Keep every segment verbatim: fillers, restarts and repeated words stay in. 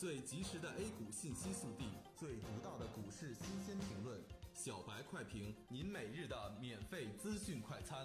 最及时的 A 股信息速递， 最独到的股市新鲜评论， 小白快评，您每日的免费资讯快餐。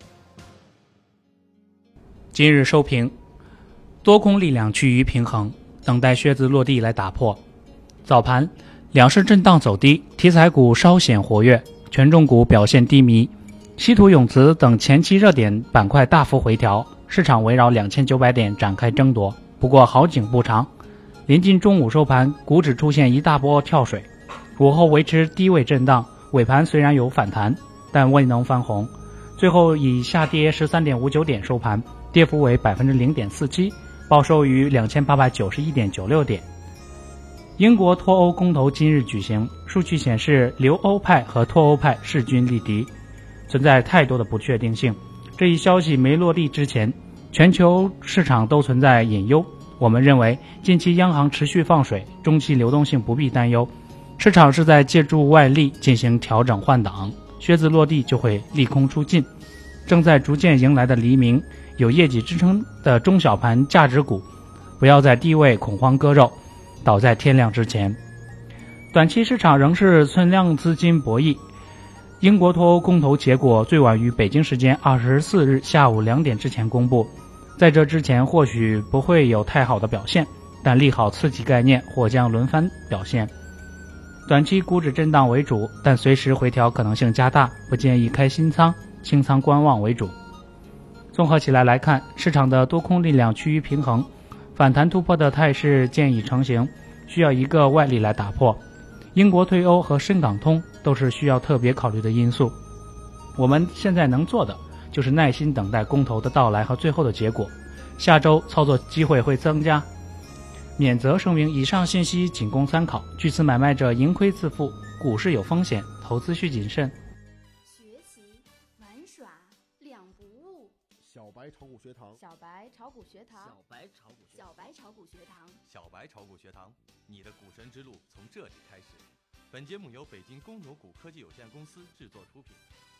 今日收评，多空力量趋于平衡，等待靴子落地来打破。早盘，两市震荡走低，题材股稍显活跃，权重股表现低迷，稀土永磁等前期热点板块大幅回调，市场围绕两千九百点展开争夺。不过好景不长，临近中午收盘，股指出现一大波跳水，午后维持低位震荡，尾盘虽然有反弹，但未能翻红，最后以下跌 十三点五九 点收盘，跌幅为 百分之零点四七， 报收于 两千八百九十一点九六 点。英国脱欧公投今日举行，数据显示留欧派和脱欧派势均力敌，存在太多的不确定性。这一消息没落地之前，全球市场都存在隐忧。我们认为近期央行持续放水，中期流动性不必担忧，市场是在借助外力进行调整换挡，靴子落地就会利空出尽。正在逐渐迎来的黎明，有业绩支撑的中小盘价值股，不要在低位恐慌割肉，倒在天亮之前。短期市场仍是存量资金博弈，英国脱欧公投结果最晚于北京时间二十四日下午两点之前公布，在这之前或许不会有太好的表现，但利好刺激概念或将轮番表现。短期股指震荡为主，但随时回调可能性加大，不建议开新仓，清仓观望为主。综合起来来看，市场的多空力量趋于平衡，反弹突破的态势渐已成型，需要一个外力来打破。英国退欧和深港通都是需要特别考虑的因素。我们现在能做的就是耐心等待公投的到来和最后的结果，下周操作机会会增加。免责声明：以上信息仅供参考，据此买卖者盈亏自负，股市有风险，投资需谨慎。 学习玩耍两不误。 小白炒股学堂， 小白炒股学堂， 小白炒股学堂， 小白炒股学堂， 小白炒股学堂，你的股神之路从这里开始。本节目由北京公牛股科技有限公司制作出品。